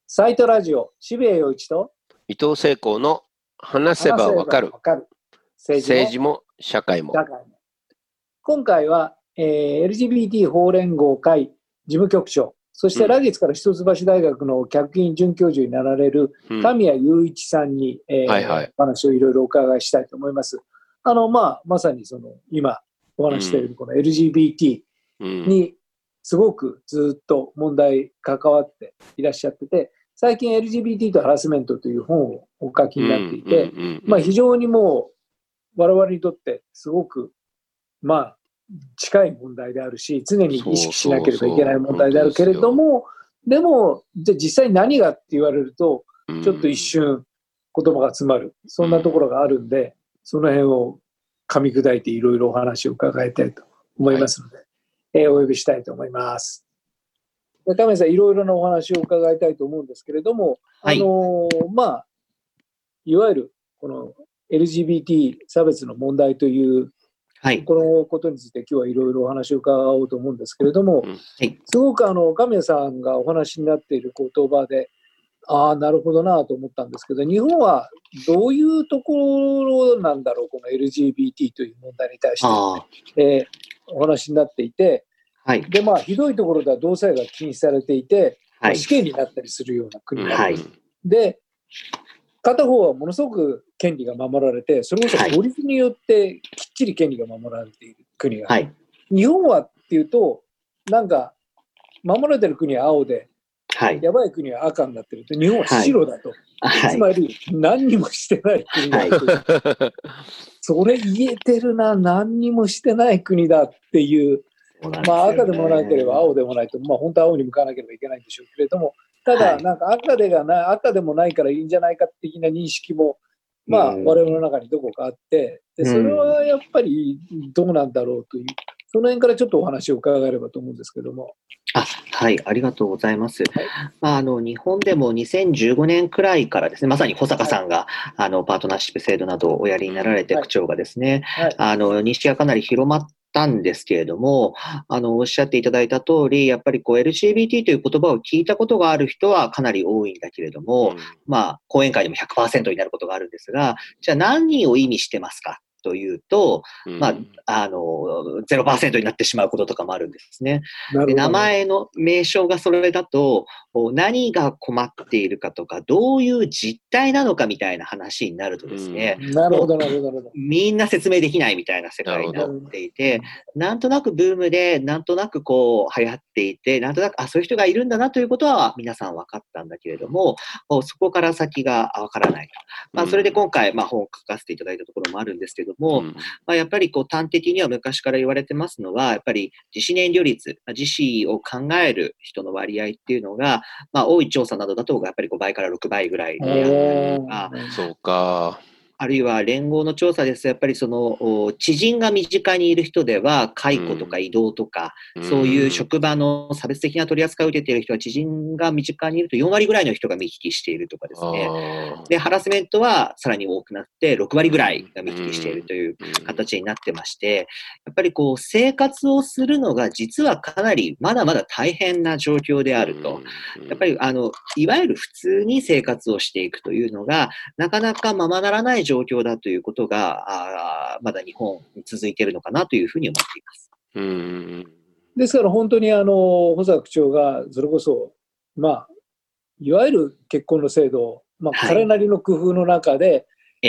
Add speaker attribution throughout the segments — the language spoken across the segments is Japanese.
Speaker 1: サイトラジオ、渋谷陽一と
Speaker 2: 伊藤聖光の話せばわかる政治も社会も。
Speaker 1: 今回は、LGBT 法連合会事務局長、そして来月から一橋大学の客員准教授になられる神谷雄一さんに、お話をいろいろお伺いしたいと思います。まさにその今お話しているこの LGBT にすごくずっと問題関わっていらっしゃってて、最近 LGBT とハラスメントという本をお書きになっていて、非常にもう我々にとってすごく近い問題であるし、常に意識しなければいけない問題であるけれども、でもじゃあ実際何がって言われるとちょっと一瞬言葉が詰まる、そんなところがあるんで、その辺を噛み砕いていろいろお話を伺いたいと思いますので、お呼びしたいと思います。亀谷さん、いろいろなお話を伺いたいと思うんですけれども、いわゆるこの LGBT 差別の問題というこのことについて今日はいろいろお話を伺おうと思うんですけれども、すごく亀谷さんがお話になっている言葉で、なるほどなと思ったんですけど、日本はどういうところなんだろう、この LGBT という問題に対して、お話になっていて、でひどいところでは同性愛が禁止されていて、死刑になったりするような国がある。で片方はものすごく権利が守られて、それこそ法律によってきっちり権利が守られている国がある。日本はっていうと、なんか守られている国は青で、やばい国は赤になってると、日本は白だと、つまり何にもしてない国だと、それ言えてるな、何にもしてない国だっていう、赤でもなければ青でもないと、本当は青に向かなければいけないんでしょうけれども、ただなんか赤でもないからいいんじゃないか的な認識も我々の中にどこかあって、でそれはやっぱりどうなんだろうという、その辺からちょっとお話を伺えればと思うんですけども。
Speaker 3: ありがとうございます。日本でも2015年くらいからですね、まさに保坂さんが、パートナーシップ制度などをおやりになられて、区長がですね、認識がかなり広まったんですけれども、おっしゃっていただいた通り、やっぱりLGBT という言葉を聞いたことがある人はかなり多いんだけれども、講演会でも 100% になることがあるんですが、じゃあ何を意味してますかというと、0% になってしまうこととかもあるんですね。で、名前の名称がそれだと、何が困っているかとか、どういう実態なのかみたいな話になるとですね、みんな説明できないみたいな世界になっていて、なんとなくブームで、なんとなく流行っていて、なんとなく、そういう人がいるんだなということは皆さん分かったんだけれども、そこから先が分からないと。それで今回、本を書かせていただいたところもあるんですけども、やっぱり端的には昔から言われてますのは、やっぱり自死燃料率、自死を考える人の割合っていうのが、多い調査などだと、やっぱり5倍から6倍ぐらいであったりとか、あるいは連合の調査ですと、やっぱり知人が身近にいる人では、解雇とか異動とか、そういう職場の差別的な取り扱いを受けている人は、知人が身近にいると4割ぐらいの人が見聞きしているとかですね。で、ハラスメントはさらに多くなって、6割ぐらいが見聞きしているという形になってまして、やっぱり生活をするのが実はかなりまだまだ大変な状況であると。やっぱりいわゆる普通に生活をしていくというのが、なかなかままならない状況だということが、まだ日本に続いているのかなというふうに思っています。
Speaker 1: ですから本当に保坂区長がそれこそ、いわゆる結婚の制度を、彼なりの工夫の中で、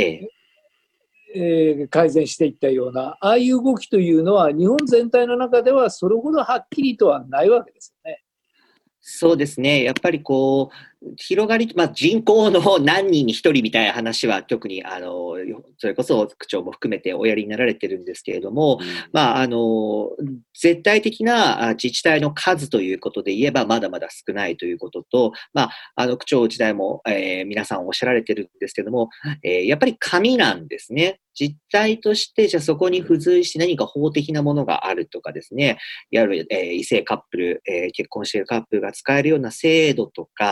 Speaker 1: 改善していったような、ああいう動きというのは日本全体の中ではそれほどはっきりとはないわけですよね。
Speaker 3: そうですね。やっぱり広がり、人口の何人に一人みたいな話は特に、それこそ区長も含めておやりになられてるんですけれども、絶対的な自治体の数ということで言えばまだまだ少ないということと、区長時代も、皆さんおっしゃられてるんですけども、やっぱり紙なんですね。実態として、じゃあそこに付随して何か法的なものがあるとかですね、いわゆる、異性カップル、結婚しているカップルが使えるような制度とか、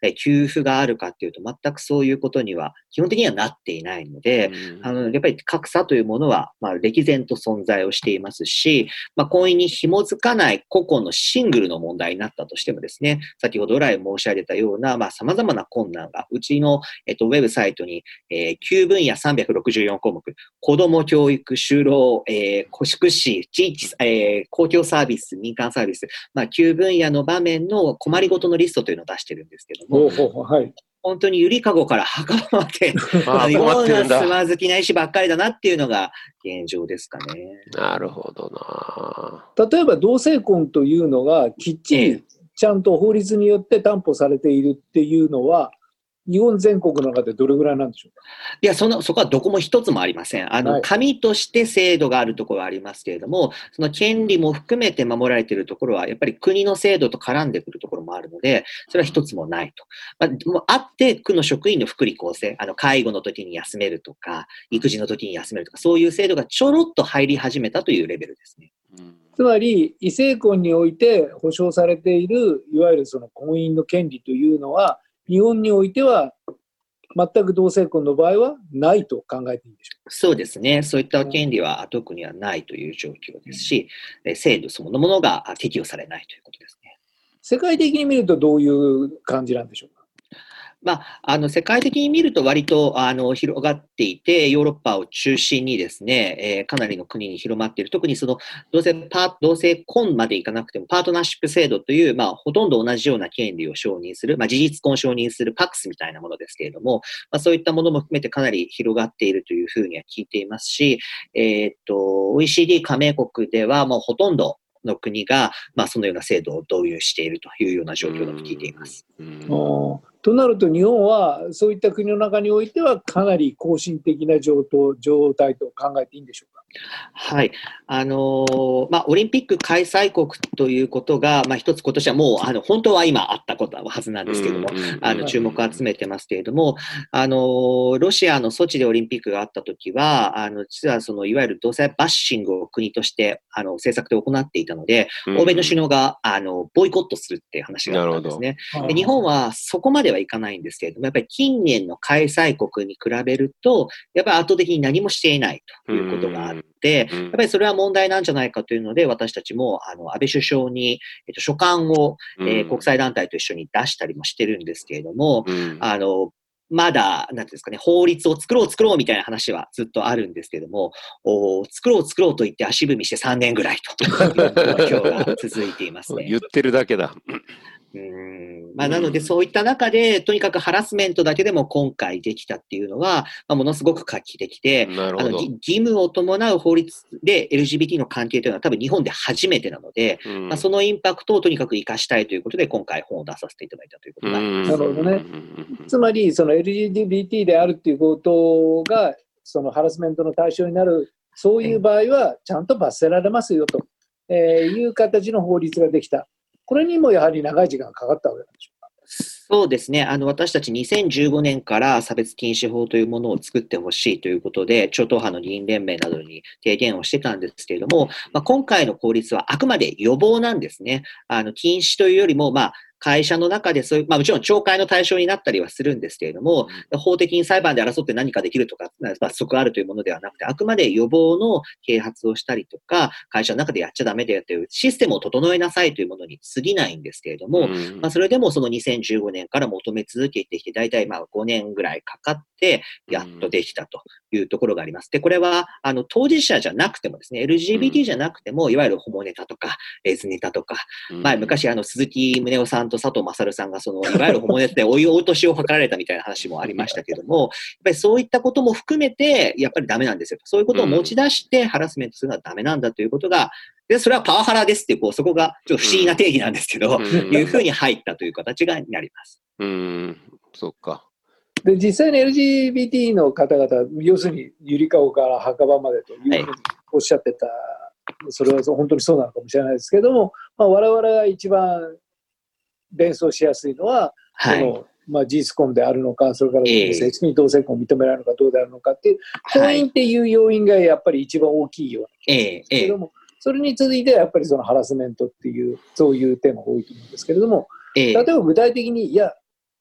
Speaker 3: 給付があるかっていうと、全くそういうことには基本的にはなっていないので、やっぱり格差というものは、歴然と存在をしていますし、婚姻に紐づかない個々のシングルの問題になったとしてもですね、先ほど来申し上げたような、様々な困難が、うちの、ウェブサイトに、9分野364項目、子ども教育、就労、福祉、地域、公共サービス、民間サービス、9分野の場面の困りごとのリストというのを出してるんですけども、本当にゆりかごから墓場まで、いろんなつまずきな石ばっかりだなっていうのが現状ですかね。
Speaker 2: なるほどな。
Speaker 1: 例えば同性婚というのがきっちりちゃんと法律によって担保されているっていうのは、日本全国の中でどれぐらいなんでしょうか。
Speaker 3: いや、そこはどこも一つもありません。紙として制度があるところはありますけれども、その権利も含めて守られているところは、やっぱり国の制度と絡んでくるところもあるので、それは一つもないと。あって、区の職員の福利厚生、介護の時に休めるとか、育児の時に休めるとか、そういう制度がちょろっと入り始めたというレベルですね。
Speaker 1: つまり、異性婚において保障されている、いわゆるその婚姻の権利というのは、日本においては全く同性婚の場合はないと考えていいでしょうか。
Speaker 3: そうですね。そういった権利は特にはないという状況ですし、制度そのものが適用されないということですね。
Speaker 1: 世界的に見るとどういう感じなんでしょうか。
Speaker 3: 世界的に見ると割と広がっていて、ヨーロッパを中心にですね、かなりの国に広まっている。特にその同性婚までいかなくても、パートナーシップ制度という、ほとんど同じような権利を承認する、事実婚を承認するパックスみたいなものですけれども、そういったものも含めてかなり広がっているというふうには聞いていますし、OECD 加盟国ではもうほとんどの国が、そのような制度を導入しているというような状況だと聞いています。
Speaker 1: となると日本はそういった国の中においてはかなり後進的な状態と考えていいんでしょうか。
Speaker 3: はい。オリンピック開催国ということが、一つ今年はもう、本当は今あったことはずなんですけれども、注目を集めてますけれども、ロシアのソチでオリンピックがあったときは、実はその、いわゆる同性バッシングを国として、政策で行っていたので、欧米の首脳が、ボイコットするっていう話があったんですね。で、日本はそこまではいかないんですけれども、やっぱり近年の開催国に比べると、やっぱり圧倒的に何もしていないということがある。やっぱりそれは問題なんじゃないかというので、私たちも安倍首相に、書簡を、国際団体と一緒に出したりもしてるんですけれども、まだ、なんていうんですかね、法律を作ろうみたいな話はずっとあるんですけれども、作ろうと言って足踏みして3年ぐらいという状況が続いていますね。
Speaker 2: 言ってるだけだ。
Speaker 3: なのでそういった中で、とにかくハラスメントだけでも今回できたっていうのは、ものすごく画期的で、義務を伴う法律で LGBT の関係というのは多分日本で初めてなので、そのインパクトをとにかく活かしたいということで、今回本を出させていただいたということがあります。
Speaker 1: なるほどね。つまり、その LGBT であるっていうことが、そのハラスメントの対象になる、そういう場合はちゃんと罰せられますよという形の法律ができた。これにもやはり長い時間がかかったわけなんでしょうか。
Speaker 3: そうですね。私たち2015年から差別禁止法というものを作ってほしいということで、超党派の議員連盟などに提言をしてたんですけれども、今回の法律はあくまで予防なんですね。禁止というよりも、会社の中でそういう、もちろん懲戒の対象になったりはするんですけれども、法的に裁判で争って何かできるとか、罰則あるというものではなくて、あくまで予防の啓発をしたりとか、会社の中でやっちゃダメだよというシステムを整えなさいというものに過ぎないんですけれども、それでもその2015年から求め続けてきて、だいたい5年ぐらいかかって、やっとできたというところがあります。で、これは、当事者じゃなくてもですね、LGBT じゃなくても、いわゆるホモネタとか、レズネタとか、昔鈴木宗男さんと佐藤勝さんがいわゆるホモネタで追い落としを図られたみたいな話もありましたけども、やっぱりそういったことも含めて、やっぱりダメなんですよ。そういうことを持ち出してハラスメントするのはダメなんだということが、で、それはパワハラですっていう、そこがちょっと不思議な定義なんですけど、いうふうに入ったという形がなります。
Speaker 2: そっか。
Speaker 1: で、実際に LGBT の方々、要するにゆりかごから墓場までというふうにおっしゃってた、それは本当にそうなのかもしれないですけども、我々が一番連想しやすいのは、事実婚であるのか、それから正式に同性婚を認められるのかどうであるのかっていう、婚姻っていう要因がやっぱり一番大きいような気がするんですけども、それに続いてやっぱりそのハラスメントっていう、そういうテーマが多いと思うんですけれども、例えば具体的に、いや、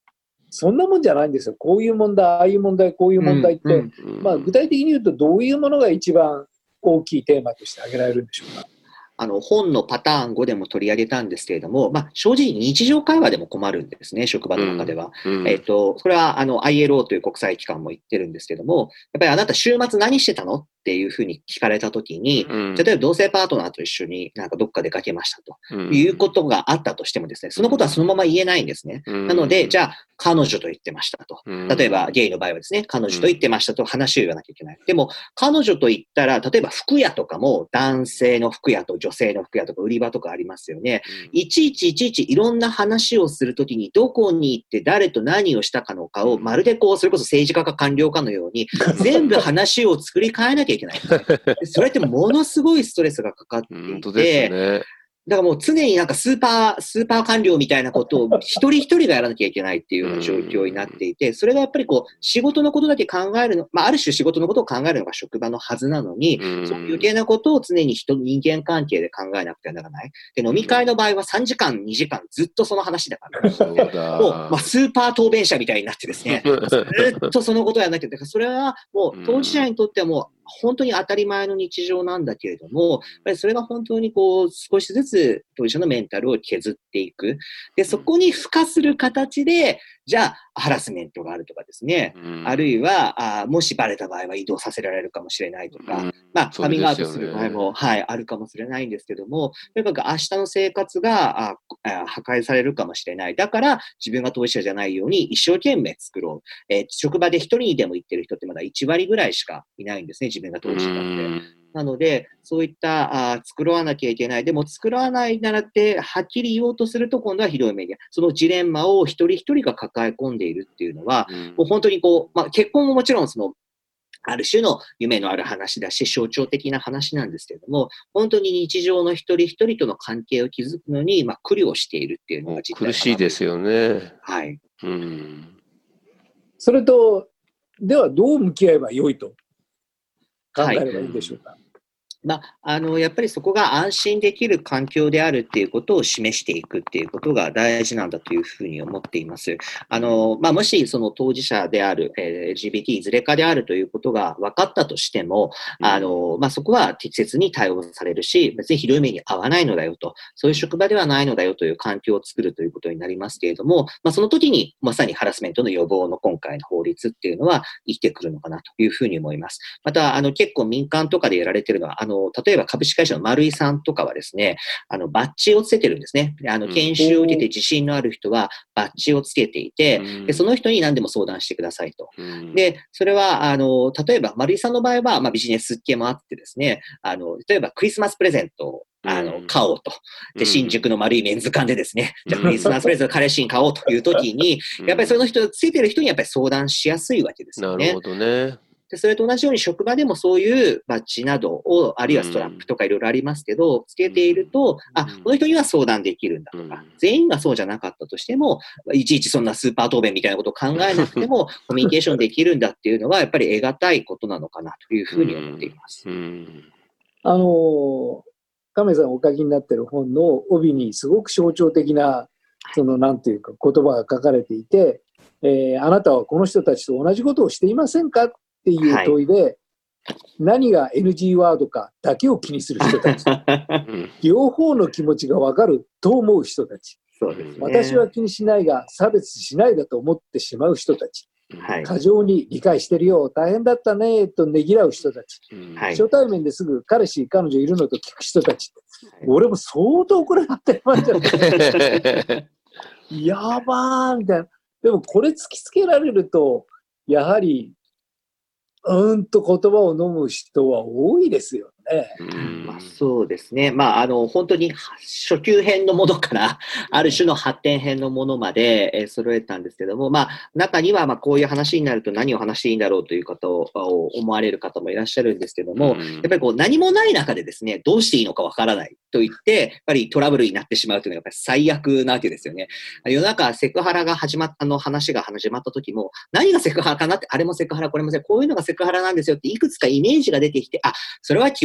Speaker 1: そんなもんじゃないんですよ。こういう問題、ああいう問題、こういう問題って、具体的に言うとどういうものが一番大きいテーマとして挙げられるんでしょうか。
Speaker 3: 本のパターン5でも取り上げたんですけれども、正直日常会話でも困るんですね、職場の中では。これはILO という国際機関も言ってるんですけども、やっぱりあなた週末何してたのっていうふうに聞かれたときに、例えば同性パートナーと一緒になんかどっか出かけましたということがあったとしてもですね、そのことはそのまま言えないんですね。なので、じゃあ彼女と言ってましたと。例えばゲイの場合はですね、彼女と言ってましたと話を言わなきゃいけない。でも、彼女と言ったら、例えば服屋とかも男性の服屋と女性の服屋とか売り場とかありますよね。いちいちいろんな話をするときにどこに行って誰と何をしたかのかをまるでそれこそ政治家か官僚かのように全部話を作り変えなきゃいけない。それってものすごいストレスがかかっていて、だからもう常になんかスーパー官僚みたいなことを一人一人がやらなきゃいけないっていうような状況になっていて、それがやっぱり仕事のことだけ考えるの、ある種仕事のことを考えるのが職場のはずなのに、そういう余計なことを常に人間関係で考えなくてはならない。で、飲み会の場合は3時間、2時間ずっとその話だから、もう、スーパー答弁者みたいになってですね、ずっとそのことをやらなきゃいけない。それはもう当事者にとってはもう本当に当たり前の日常なんだけれども、やっぱりそれが本当に少しずつ当事者のメンタルを削っていく。で、そこに付加する形で、じゃあ、ハラスメントがあるとかですね。あるいは、もしバレた場合は移動させられるかもしれないとか、カミングアウトする場合も、あるかもしれないんですけども、とにかく明日の生活が破壊されるかもしれない。だから、自分が当事者じゃないように一生懸命作ろう。職場で一人にでも行ってる人ってまだ1割ぐらいしかいないんですね、自分が当事者だって。なので、そういった作らなきゃいけない。でも作らないならってはっきり言おうとすると今度はひどい目に。そのジレンマを一人一人が抱え込んでいるっていうのは、もう本当に結婚ももちろんある種の夢のある話だし、象徴的な話なんですけれども、本当に日常の一人一人との関係を築くのに、苦慮をしているっていうのが実態かな。
Speaker 2: 苦しいですよね。
Speaker 3: はい。
Speaker 1: それと、ではどう向き合えばよいと考えればいいんでしょうか。
Speaker 3: やっぱりそこが安心できる環境であるっていうことを示していくっていうことが大事なんだというふうに思っています。もしその当事者である、LGBT いずれかであるということが分かったとしても、そこは適切に対応されるし、別にひどい目に遭わないのだよと、そういう職場ではないのだよという環境を作るということになりますけれども、その時にまさにハラスメントの予防の今回の法律っていうのは生きてくるのかなというふうに思います。また、結構民間とかでやられているのは、例えば株式会社の丸井さんとかはですね、バッジをつけてるんですね。研修を受けて自信のある人はバッジをつけていて、でその人に何でも相談してくださいと。で、それは、例えば丸井さんの場合は、ビジネス系もあってですね、例えばクリスマスプレゼントを買おうと。で、新宿の丸いメンズ館でですね、じゃあクリスマスプレゼント彼氏に買おうという時に、やっぱりその人、つけてる人にやっぱり相談しやすいわけですよね。
Speaker 2: なるほどね。
Speaker 3: で、それと同じように職場でもそういうバッジなどを、あるいはストラップとかいろいろありますけど、つけていると、この人には相談できるんだとか、全員がそうじゃなかったとしても、いちいちそんなスーパー答弁みたいなことを考えなくても、コミュニケーションできるんだっていうのは、やっぱり得難いことなのかなというふうに思っています。
Speaker 1: 亀さんお書きになっている本の帯にすごく象徴的な、なんていうか言葉が書かれていて、あなたはこの人たちと同じことをしていませんかっていう問いで、何が NG ワードかだけを気にする人たち、両方の気持ちが分かると思う人たち、
Speaker 3: そうですね、
Speaker 1: 私は気にしないが差別しないだと思ってしまう人たち、過剰に理解してるよ、大変だったねとねぎらう人たち、初対面ですぐ彼氏彼女いるのと聞く人たち、俺も相当これ当たり前じゃないやばーみたいな。でもこれ突きつけられるとやはり言葉を飲む人は多いですよね。
Speaker 3: そうですね。本当に初級編のものから、ある種の発展編のものまで揃えたんですけども、中にはこういう話になると何を話していいんだろうという方を思われる方もいらっしゃるんですけども、やっぱり何もない中でですね、どうしていいのかわからないと言って、やっぱりトラブルになってしまうというのはやっぱり最悪なわけですよね。世の中セクハラが話が始まった時も、何がセクハラかなって、あれもセクハラ、これもこういうのがセクハラなんですよっていくつかイメージが出てきて、それは気を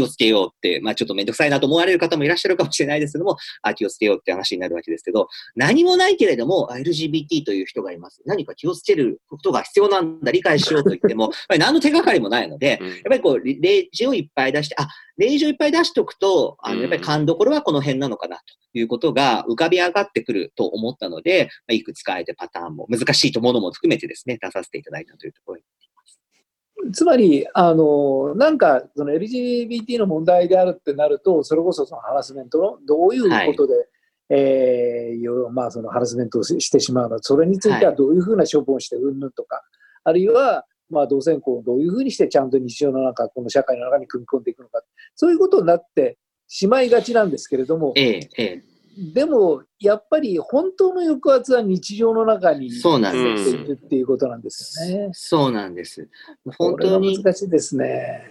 Speaker 3: をつけようって、ちょっとめんどくさいなと思われる方もいらっしゃるかもしれないですけども、気をつけようって話になるわけですけど、何もないけれども、LGBT という人がいます。何か気をつけることが必要なんだ、理解しようと言っても、やっぱり何の手がかりもないので、やっぱりこう、例示をいっぱい出して、例示をいっぱい出しておくと、やっぱり勘どころはこの辺なのかなということが浮かび上がってくると思ったので、いくつかあえてパターンも難しいものも含めてですね、出させていただいたというところに。
Speaker 1: つまり、なんか、その LGBT の問題であるってなると、それこそそのハラスメントのどういうことで、そのハラスメントをしてしまうのか、それについてはどういうふうな処分をしてうんぬんとか、あるいは、同性婚をどういうふうにしてちゃんと日常の中、この社会の中に組み込んでいくのか、そういうことになってしまいがちなんですけれども、でも、やっぱり本当の抑圧は日常の中に
Speaker 3: そうなんです。
Speaker 1: いるっていうことなんですよね。
Speaker 3: そうなんです。
Speaker 1: 本当に難しいですね。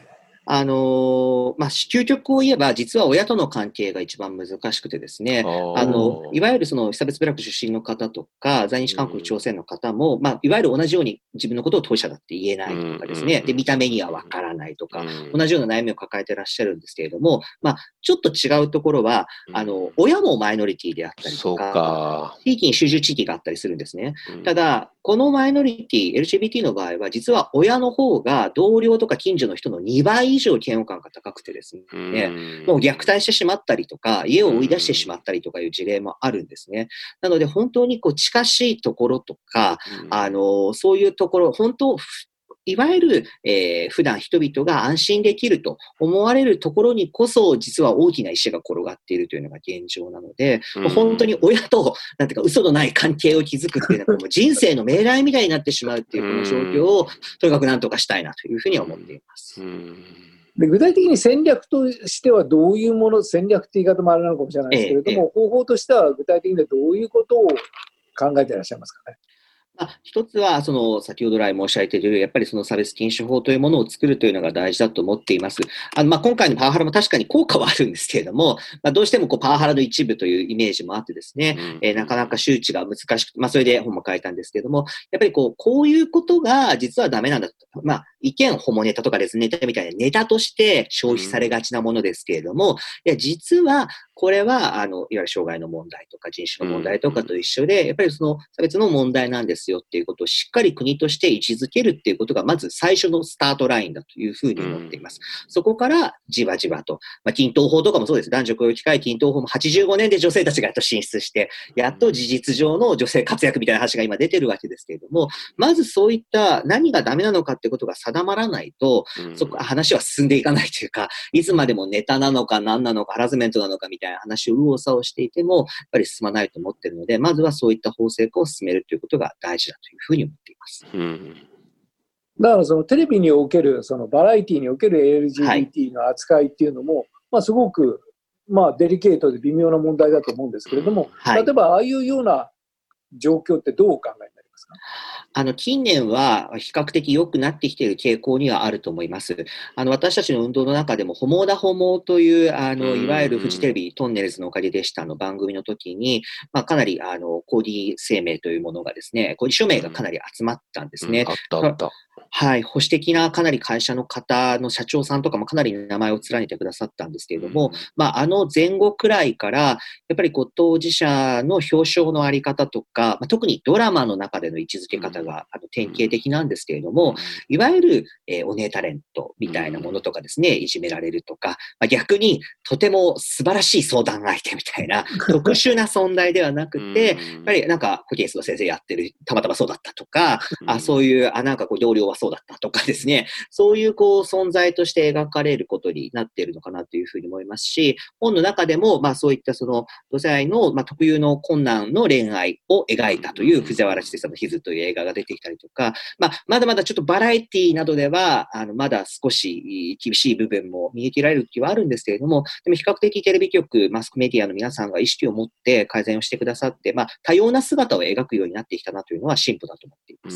Speaker 3: 究極を言えば、実は親との関係が一番難しくてですね、いわゆるその被差別部落出身の方とか、在日韓国朝鮮の方も、いわゆる同じように自分のことを当事者だって言えないとかですね、で、見た目にはわからないとか、同じような悩みを抱えてらっしゃるんですけれども、ちょっと違うところは、親もマイノリティであったりとか、地域に集中地域があったりするんですね。ただ、このマイノリティ、LGBT の場合は、実は親の方が同僚とか近所の人の2倍以上嫌悪感が高くてですね、もう虐待してしまったりとか、家を追い出してしまったりとかいう事例もあるんですね。なので本当にこう近しいところとか、そういうところ、本当、いわゆる、普段人々が安心できると思われるところにこそ、実は大きな石が転がっているというのが現状なので、本当に親と、なんていうか、嘘のない関係を築くっていうのは、もう人生の命題みたいになってしまうっていうこの状況を、とにかく何とかしたいなというふうには思っています。
Speaker 1: で具体的に戦略としてはどういうもの、戦略って言い方もあれなのかもしれないですけれども、方法としては具体的にはどういうことを考えていらっしゃいますかね。
Speaker 3: 一つは、先ほど来申し上げている、やっぱりその差別禁止法というものを作るというのが大事だと思っています。今回のパワハラも確かに効果はあるんですけれども、どうしてもパワハラの一部というイメージもあってですね、なかなか周知が難しくて、それで本も書いたんですけれども、やっぱりこういうことが実はダメなんだと。意見ホモネタとかレズネタみたいなネタとして消費されがちなものですけれども、いや、実は、これは、いわゆる障害の問題とか人種の問題とかと一緒で、やっぱりその差別の問題なんですよっていうことをしっかり国として位置づけるっていうことが、まず最初のスタートラインだというふうに思っています。そこからじわじわと、均等法とかもそうです。男女雇用機会均等法も85年で女性たちがやっと進出して、やっと事実上の女性活躍みたいな話が今出てるわけですけれども、まずそういった何がダメなのかっていうことが定まらないと、話は進んでいかないというか、いつまでもネタなのか何なのかハラスメントなのかみたいな話を右往左往していても、やっぱり進まないと思っているので、まずはそういった法制化を進めるということが大事だというふうに思っています。
Speaker 1: だからそのテレビにおける、そのバラエティにおける LGBT の扱いっていうのも、すごく、デリケートで微妙な問題だと思うんですけれども、例えばああいうような状況ってどうお考えになりますか？
Speaker 3: 近年は比較的良くなってきている傾向にはあると思います。私たちの運動の中でも、ホモだホモという、いわゆるフジテレビトンネルズのおかげでした番組の時に、かなり、コーディ声明というものがですね、コーディ署名がかなり集まったんですね。
Speaker 2: あった。
Speaker 3: はい、保守的なかなり会社の方の社長さんとかもかなり名前を連ねてくださったんですけれども、前後くらいから、やっぱり当事者の表彰のあり方とか、特にドラマの中での位置づけ方が典型的なんですけれども、いわゆる、お姉タレントみたいなものとかですね、いじめられるとか、逆にとても素晴らしい相談相手みたいな特殊な存在ではなくて、やっぱりなんか保健室の先生やってる、たまたまそうだったとか、そういう、なんか同僚はそうだったとかですね、そういう存在として描かれることになっているのかなというふうに思いますし、本の中でも、そういった同性愛の、特有の困難の恋愛を描いたという藤原千世さんのヒズという映画が出てきたりとか、まだまだちょっとバラエティなどでは、まだ少し厳しい部分も見受けられる気はあるんですけれども、でも比較的テレビ局、マスメディアの皆さんが意識を持って改善をしてくださって、多様な姿を描くようになってきたなというのは進歩だと思っています。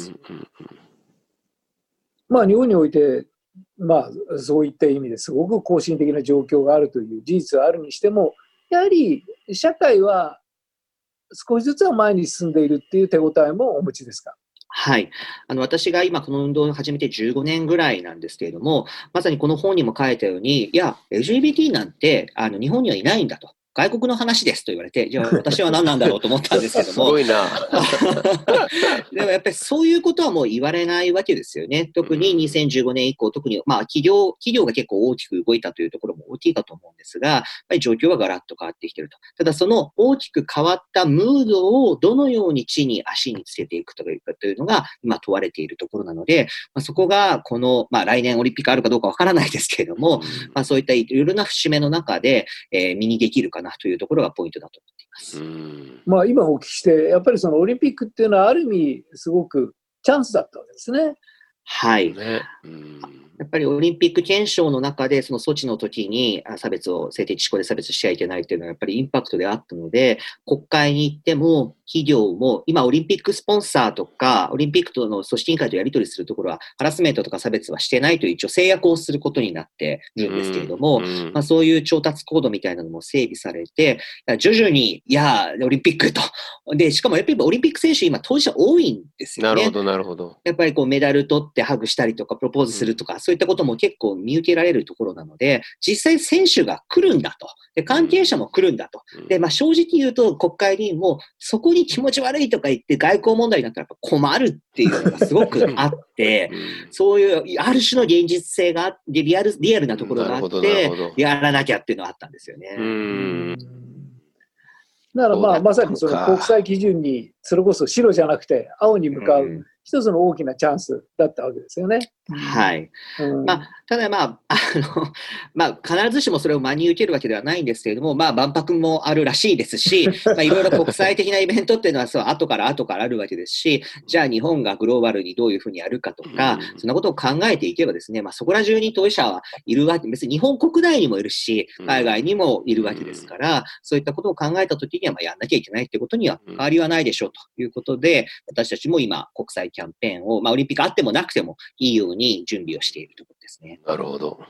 Speaker 1: 日本において、そういった意味ですごく更新的な状況があるという事実はあるにしても、やはり社会は少しずつは前に進んでいるっていう手応えもお持ちですか？
Speaker 3: はい。私が今この運動を始めて15年ぐらいなんですけれども、まさにこの本にも書いたように、いや、LGBT なんて、日本にはいないんだと。外国の話ですと言われて、じゃあ私は何なんだろうと思ったんですけども。
Speaker 2: すごいな。
Speaker 3: でもやっぱりそういうことはもう言われないわけですよね。特に2015年以降、特に企業が結構大きく動いたというところも大きいかと思うんですが、やっぱり状況はガラッと変わってきていると。ただその大きく変わったムードをどのように地に足につけていくというのが今問われているところなので、そこがこの、来年オリンピックあるかどうかわからないですけれども、そういったいろいろな節目の中で、身にできるかなというところがポイントだと思っています。
Speaker 1: 今お聞きして、やっぱりそのオリンピックっていうのはある意味すごくチャンスだったわけですね。
Speaker 3: はい。やっぱりオリンピック憲章の中で、その措置の時に性的指向で差別しちゃいけないっていうのはやっぱりインパクトであったので、国会に行っても企業も、今オリンピックスポンサーとか、オリンピックとの組織委員会とやり取りするところは、ハラスメントとか差別はしてないという一応制約をすることになっているんですけれども、そういう調達コードみたいなのも整備されて、徐々に、オリンピックと。で、しかもやっぱりオリンピック選手今当事者多いんですよね。
Speaker 2: なるほど、なるほど。
Speaker 3: やっぱりメダル取ってハグしたりとか、プロポーズするとか、そういったことも結構見受けられるところなので、実際選手が来るんだと。で、関係者も来るんだと。で、正直言うと国会議員もそこに気持ち悪いとか言って外交問題になったらやっぱ困るっていうのがすごくあって、そういうある種の現実性がリアルなところがあって、やらなきゃっていうのはあったんですよね。
Speaker 1: だからまさにその国際基準にそれこそ白じゃなくて青に向かう一つの大きなチャンスだったわけですよね。
Speaker 3: はい。ただ必ずしもそれを真に受けるわけではないんですけれども、万博もあるらしいですし、いろいろ国際的なイベントっていうのは後からあるわけですし、じゃあ日本がグローバルにどういうふうにやるかとか、そんなことを考えていけばですね、そこら中に当事者はいるわけ、別に日本国内にもいるし、海外にもいるわけですから、そういったことを考えたときには、やんなきゃいけないっていうことには変わりはないでしょうということで、私たちも今、国際キャンペーンを、オリンピックあってもなくてもいいように準備をしているところですね。
Speaker 2: なるほど。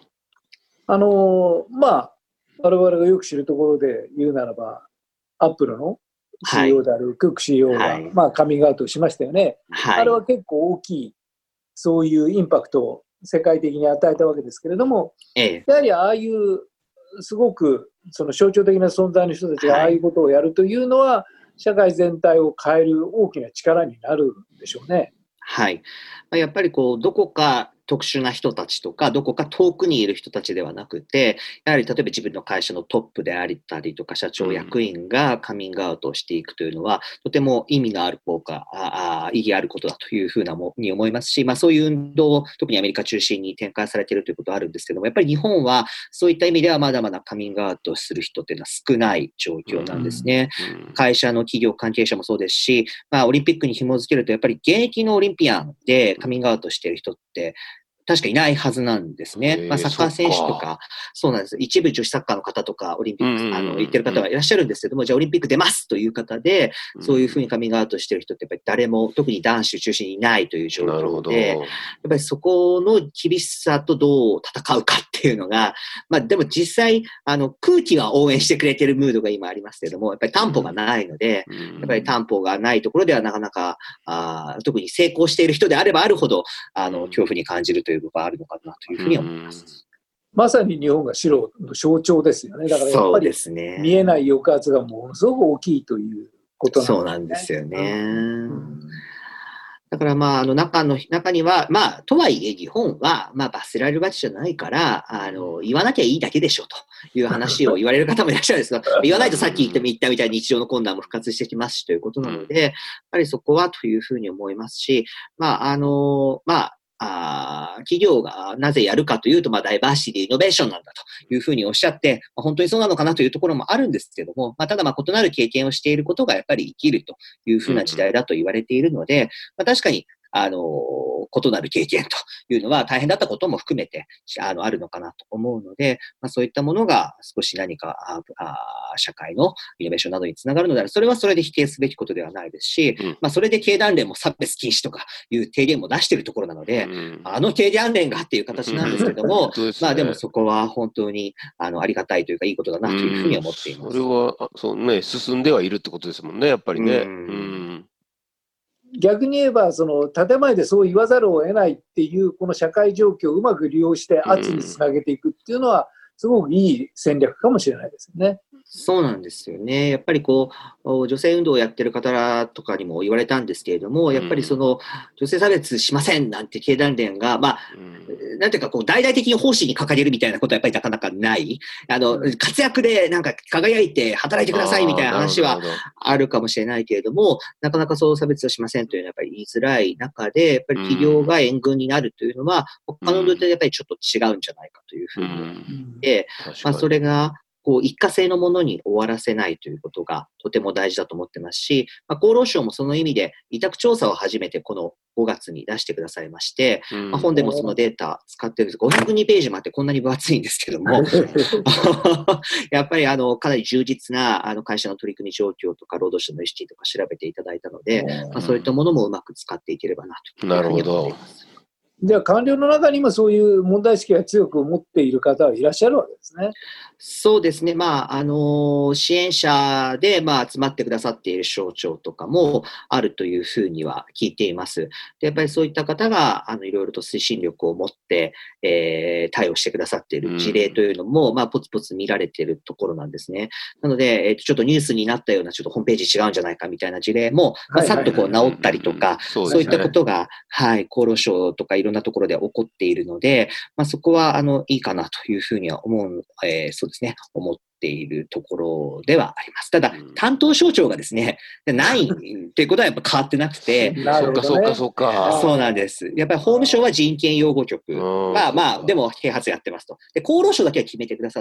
Speaker 1: 我々がよく知るところで言うならば、アップルの CEO であるクック CEO が、カミングアウトしましたよね。あれは結構大きい、そういうインパクトを世界的に与えたわけですけれども、やはりああいうすごくその象徴的な存在の人たちがああいうことをやるというのは、社会全体を変える大きな力になるんでしょうね。
Speaker 3: はい。やっぱりどこか特殊な人たちとか、どこか遠くにいる人たちではなくて、やはり例えば自分の会社のトップであったりとか、社長役員がカミングアウトをしていくというのは、とても意味のある意義あることだというふうに思いますし、そういう運動を特にアメリカ中心に展開されているということはあるんですけども、やっぱり日本はそういった意味ではまだまだカミングアウトする人っていうのは少ない状況なんですね。会社の企業関係者もそうですし、オリンピックに紐づけると、やっぱり現役のオリンピアンでカミングアウトしている人って、確かいないはずなんですね。サッカー選手とか、そうなんです。一部女子サッカーの方とか、オリンピック、行ってる方はいらっしゃるんですけども、じゃあオリンピック出ますという方で、そういうふうにカミングアウトしてる人ってやっぱり誰も、特に男子中心にいないという状況で、やっぱりそこの厳しさとどう戦うかっていうのが、でも実際、空気は応援してくれてるムードが今ありますけれども、やっぱり担保がないので、やっぱり担保がないところではなかなか、特に成功している人であればあるほど、恐怖に感じるというのがあるのかなというふうに思います。
Speaker 1: まさに日本が白の象徴ですよね。だからやっぱり見えない抑圧がものすごく大きいということなんですね。
Speaker 3: そうなんですよね。だから中には、とはいえ日本は、罰せられるわけじゃないから、言わなきゃいいだけでしょという話を言われる方もいらっしゃるんですが、言わないとさっき言ったみたいに日常の困難も復活してきますしということなので、やっぱりそこはというふうに思いますし、企業がなぜやるかというと、ダイバーシティ、イノベーションなんだというふうにおっしゃって、本当にそうなのかなというところもあるんですけども、ただ異なる経験をしていることがやっぱり生きるというふうな時代だと言われているので、確かに、異なる経験というのは大変だったことも含めて、あるのかなと思うので、そういったものが少し何か、社会のイノベーションなどにつながるのである。それはそれで否定すべきことではないですし、それで経団連も差別禁止とかいう提言も出しているところなので、経団連がっていう形なんですけども、でもそこは本当に、ありがたいというかいいことだなというふうに思っています。
Speaker 2: それは、そうね、進んではいるってことですもんね、やっぱりね。
Speaker 1: 逆に言えば、建前でそう言わざるを得ないっていう、この社会状況をうまく利用して圧につなげていくっていうのは、すごくいい戦略かもしれないですね。
Speaker 3: そうなんですよね。やっぱり女性運動をやってる方とかにも言われたんですけれども、やっぱり女性差別しませんなんて経団連が、なんていうか大々的に方針に掲げるみたいなことはやっぱりなかなかない。活躍でなんか輝いて働いてくださいみたいな話はあるかもしれないけれども、なかなか差別をしませんというのはやっぱり言いづらい中で、やっぱり企業が援軍になるというのは、他の運動とやっぱりちょっと違うんじゃないかというふうに思って、それが、一過性のものに終わらせないということがとても大事だと思ってますし、厚労省もその意味で委託調査を初めてこの5月に出してくださいまして、本でもそのデータ使ってるんです。502ページもあってこんなに分厚いんですけども、やっぱりかなり充実な会社の取り組み状況とか労働者の意識とか調べていただいたので、そういったものもうまく使っていければなというふうに思っています。
Speaker 1: じゃあ官僚の中にもそういう問題意識が強く持っている方はいらっしゃるわけですね。
Speaker 3: そうですね。支援者で、集まってくださっている省庁とかもあるというふうには聞いています。で、やっぱりそういった方が、いろいろと推進力を持って、対応してくださっている事例というのも、ポツポツ見られているところなんですね。なので、ちょっとニュースになったような、ちょっとホームページ違うんじゃないかみたいな事例も、さっと治ったりとか、そういったことが、厚労省とかいろんなところで起こっているので、そこはいいかなというふうには思思っているところではあります。ただ、担当省庁がですね、ないということはやっぱ変わってなくて、
Speaker 2: そうか。
Speaker 3: そうなんです。やっぱり法務省は人権擁護局は、でも啓発やってますと。で、厚労省だけは決めてくださって、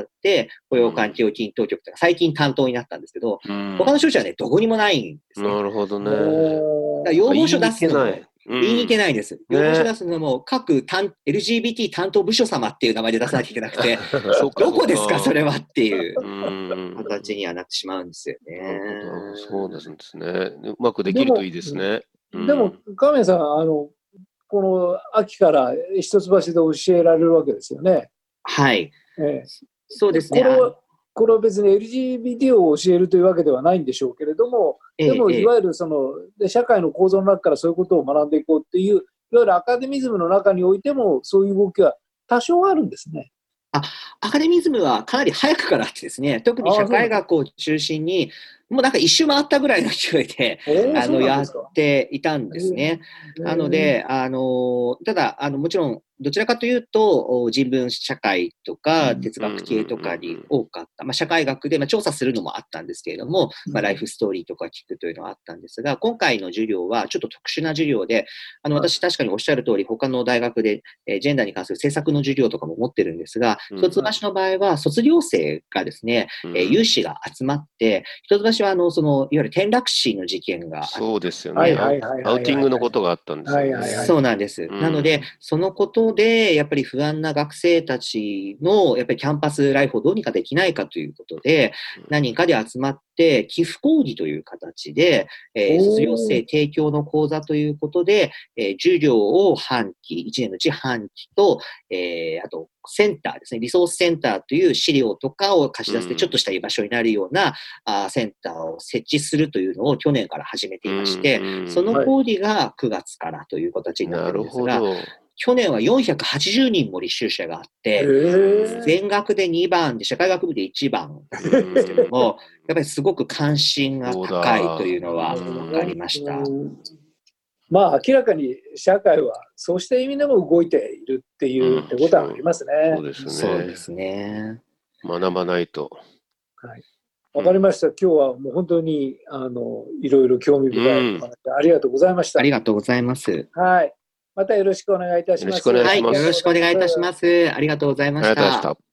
Speaker 3: 雇用環境均等局とか最近担当になったんですけど、他の省庁はね、どこにもないんですね。
Speaker 2: なるほどね。
Speaker 3: 要望書出すのも言いに行けないです。要望書出すのも各LGBT 担当部署様っていう名前で出さなきゃいけなくて、どこですかそれはっていう形にはなってしまうんですよね。
Speaker 2: そうですね。うまくできるといいですね。
Speaker 1: でも、亀さん、この秋から一橋で教えられるわけですよね。
Speaker 3: はい。そうですね。
Speaker 1: これは別に LGBT を教えるというわけではないんでしょうけれども、でもいわゆる社会の構造の中からそういうことを学んでいこうっていう、いわゆるアカデミズムの中においてもそういう動きは多少あるんですね。
Speaker 3: アカデミズムはかなり早くからあってですね、特に社会学を中心に、もうなんか一周回ったぐらいの勢いで、やっていたんですね。なので、ただ、もちろん、どちらかというと、人文社会とか哲学系とかに多かった。社会学で調査するのもあったんですけれども、ライフストーリーとか聞くというのはあったんですが、今回の授業はちょっと特殊な授業で、私確かにおっしゃる通り、他の大学でジェンダーに関する政策の授業とかも持ってるんですが、一橋の場合は卒業生がですね、有志が集まって、一橋はいわゆる転落死の事件があって。
Speaker 2: そうですよね。アウティングのことがあったんですよね。
Speaker 3: そうなんです。なので、そのことで、やっぱり不安な学生たちの、やっぱりキャンパスライフをどうにかできないかということで、何人かで集まって、寄付講義という形で、卒業生提供の講座ということで、授業を半期、1年のうち半期と、あと、センターですね、リソースセンターという資料とかを貸し出して、ちょっとした居場所になるようなセンターを設置するというのを去年から始めていまして、その講義が9月からという形になっているんですが、去年は480人も履修者があって、全学で2番で、社会学部で1番なんですけども、やっぱりすごく関心が高いというのは分かりました。
Speaker 1: 明らかに社会はそうした意味でも動いているっていうってことはありますね。
Speaker 3: そうですね。
Speaker 2: 学ばないと。
Speaker 1: はい。わかりました。今日はもう本当にいろいろ興味深いお話ありがとうございました。
Speaker 3: ありがとうございます。
Speaker 1: はい。またよろしくお願いいたします。
Speaker 3: はい。よろしくお願いいたします。ありがとうございました。